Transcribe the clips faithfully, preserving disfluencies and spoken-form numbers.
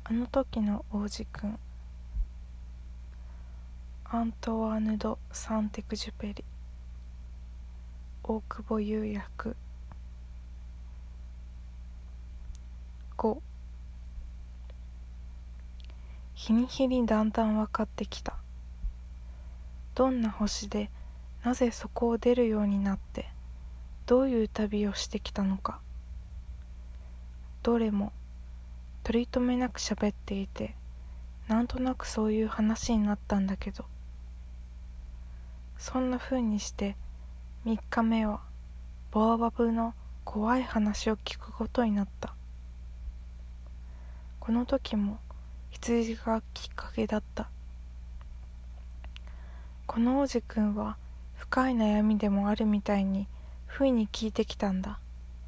あの時の王子くん。アントワーヌ・ド・サンテクジュペリ。大久保裕役。ご。日に日にだんだん分かってきた。どんな星でなぜそこを出るようになってどういう旅をしてきたのか。どれも取り留めなく喋っていて、なんとなくそういう話になったんだけど、そんな風にしてみっかめはバオバブの怖い話を聞くことになった。この時も羊がきっかけだった。この王子くんは深い悩みでもあるみたいに不意に聞いてきたんだ。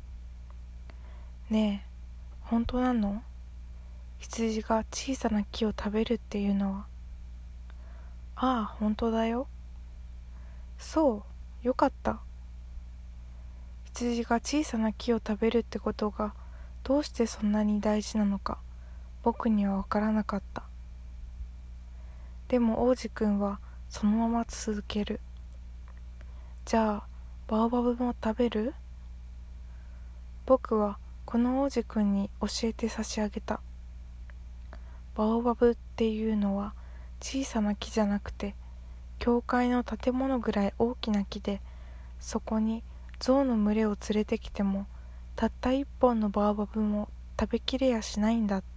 ねえ、本当なの？羊が小さな木を食べるっていうのは。ああ、本当だよ。そう、よかった。羊が小さな木を食べるってことがどうしてそんなに大事なのか僕にはわからなかった。でも王子くんはそのまま続ける。じゃあバオバブも食べる？僕はこの王子くんに教えて差し上げた。バオバブっていうのは小さな木じゃなくて教会の建物ぐらい大きな木で、そこに象の群れを連れてきてもたった一本のバオバブも食べきれやしないんだって。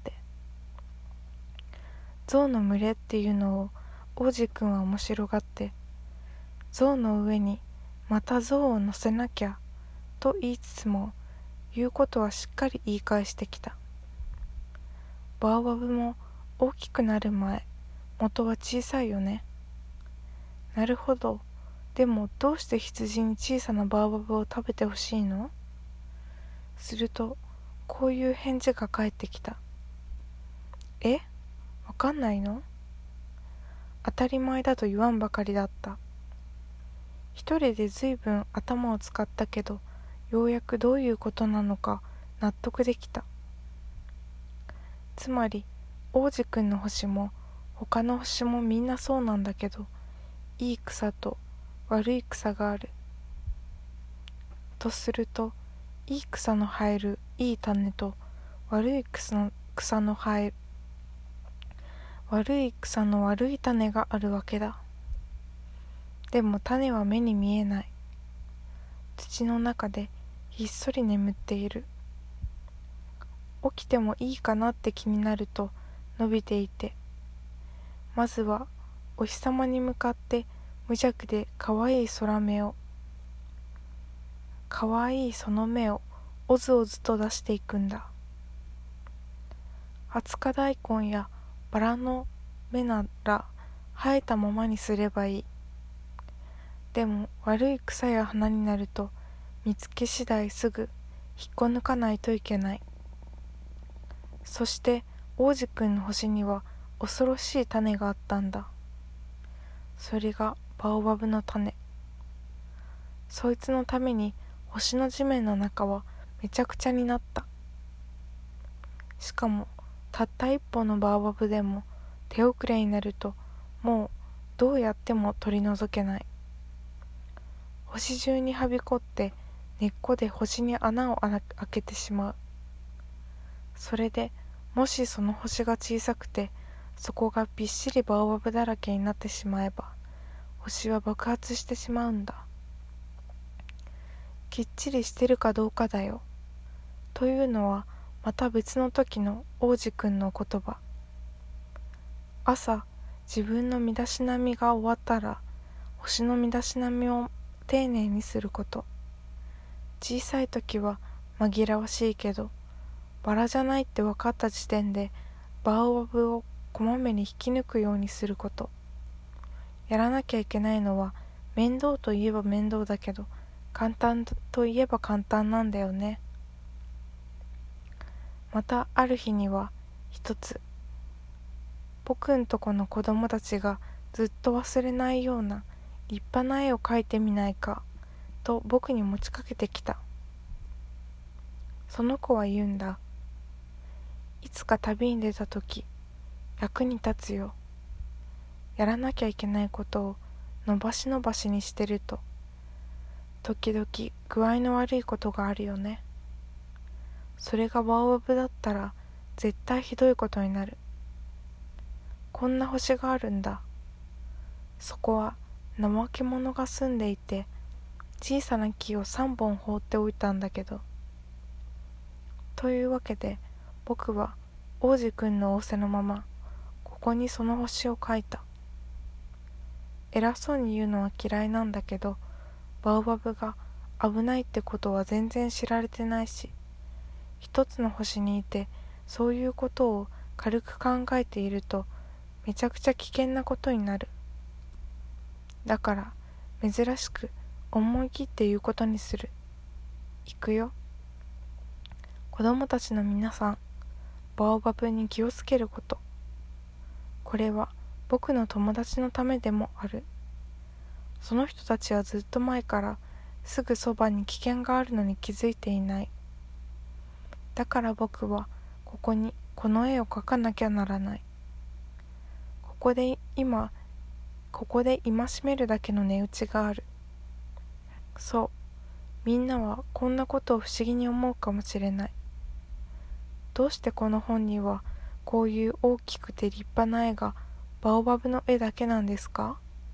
象の群れっていうのを王子くんは面白がって、象の上にまた象を乗せなきゃと言いつつも言うことはしっかり言い返してきた。バオバブも大きくなる前、元は小さいよね。なるほど。でもどうして羊に小さなバオバブを食べてほしいの？するとこういう返事が返ってきた。え？わかんないの？当たり前だと言わんばかりだった。一人でずいぶん頭を使ったけど、ようやくどういうことなのか納得できた。つまり王子くんの星も他の星もみんなそうなんだけど、いい草と悪い草がある。とすると、いい草の生えるいい種と悪い草の草の生え悪い草の悪い種があるわけだ。でも種は目に見えない。土の中でひっそり眠っている。起きてもいいかなって気になると伸びていて、まずはお日様に向かって無邪気でかわいい空目をかわいいその目をおずおずと出していくんだ。二十日大根やバラの芽なら生えたままにすればいい。でも悪い草や花になると見つけ次第すぐ引っこ抜かないといけない。そして王子くんの星には恐ろしい種があったんだ。それがバオバブの種。そいつのために星の地面の中はめちゃくちゃになった。しかもたった一本のバオバブでも手遅れになるともうどうやっても取り除けない。星中にはびこって根っこで星に穴を開けてしまう。それでもしその星が小さくてそこがびっしりバオバブだらけになってしまえば星は爆発してしまうんだ。きっちりしてるかどうかだよ。というのはまた別の時の王子くんの言葉。朝自分の身だしなみが終わったら星の身だしなみを丁寧にすること。小さい時は紛らわしいけど、バラじゃないって分かった時点でバオバブをこまめに引き抜くようにすること。やらなきゃいけないのは面倒といえば面倒だけど、簡単といえば簡単なんだよね。またある日には一つ、僕んとこの子供たちがずっと忘れないような立派な絵を描いてみないかと僕に持ちかけてきた。その子は言うんだ。いいつか旅に出たとき役に立つよ。やらなきゃいけないことを伸ばし伸ばしにしてると時々具合の悪いことがあるよね。それがバオバブだったら絶対ひどいことになる。こんな星があるんだ。そこは怠け者が住んでいて小さな木を三本放っておいたんだけど。というわけで僕は王子くんの仰せのままここにその星を描いた。偉そうに言うのは嫌いなんだけど、バオバブが危ないってことは全然知られてないし、一つの星にいてそういうことを軽く考えているとめちゃくちゃ危険なことになる。だから珍しく思い切って言うことにする。いくよ。子供たちの皆さん、バオバブに気をつけること。これは僕の友達のためでもある。その人たちはずっと前からすぐそばに危険があるのに気づいていない。だから僕はここにこの絵を描かなきゃならない。ここで今、ここで戒めるだけの値打ちがある。そう、みんなはこんなことを不思議に思うかもしれない。どうしてこの本にはこういう大きくて立派な絵がバオバブの絵だけなんですか？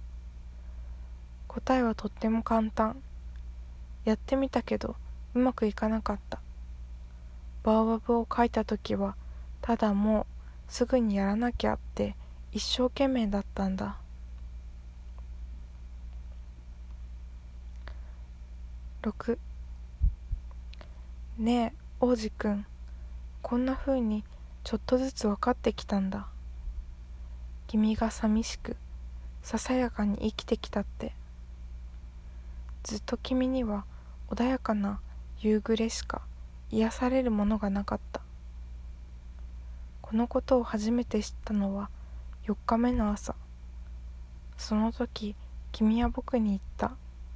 答えはとっても簡単。やってみたけどうまくいかなかった。バオバブを描いたときはただもうすぐにやらなきゃって一生懸命だったんだ。ろくねえ王子くん、こんな風にちょっとずつ分かってきたんだ。君が寂しくささやかに生きてきたって。ずっと君には穏やかな夕暮れしか癒されるものがなかった。このことを初めて知ったのはよっかめの朝。その時君は僕に言った。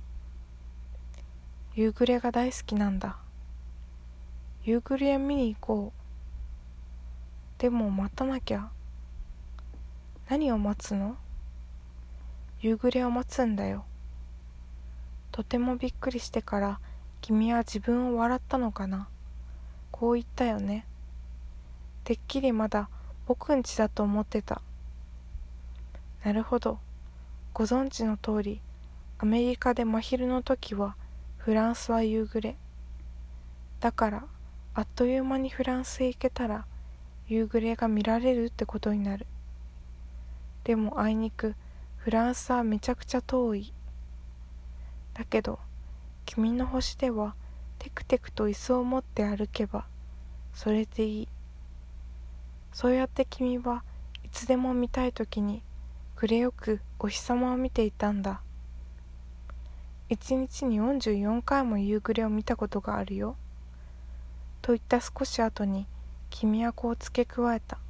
夕暮れが大好きなんだ。夕暮れ見に行こう。でも待たなきゃ。何を待つの？夕暮れを待つんだよ。とてもびっくりしてから君は自分を笑ったのかな。こう言ったよね。てっきりまだ僕んちだと思ってた。なるほど。ご存知の通り、アメリカで真昼の時はフランスは夕暮れ。だからあっという間にフランスへ行けたら夕暮れが見られるってことになる。でもあいにくフランスはめちゃくちゃ遠い。だけど君の星ではテクテクと椅子を持って歩けばそれでいい。そうやって君はいつでも見たいときに暮れよくお日様を見ていたんだ。一日によんじゅうよんかいも夕暮れを見たことがあるよ。と言った少し後に君はこう付け加えた。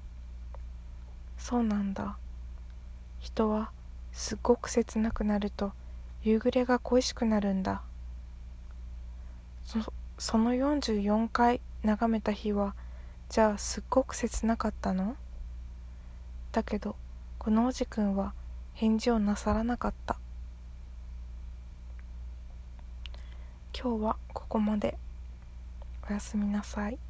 そうなんだ。人はすっごく切なくなると夕暮れが恋しくなるんだ。そ、そのよんじゅうよんかい眺めた日はじゃあすっごく切なかったの？だけどこのおじくんは返事をなさらなかった。今日はここまで。おやすみなさい。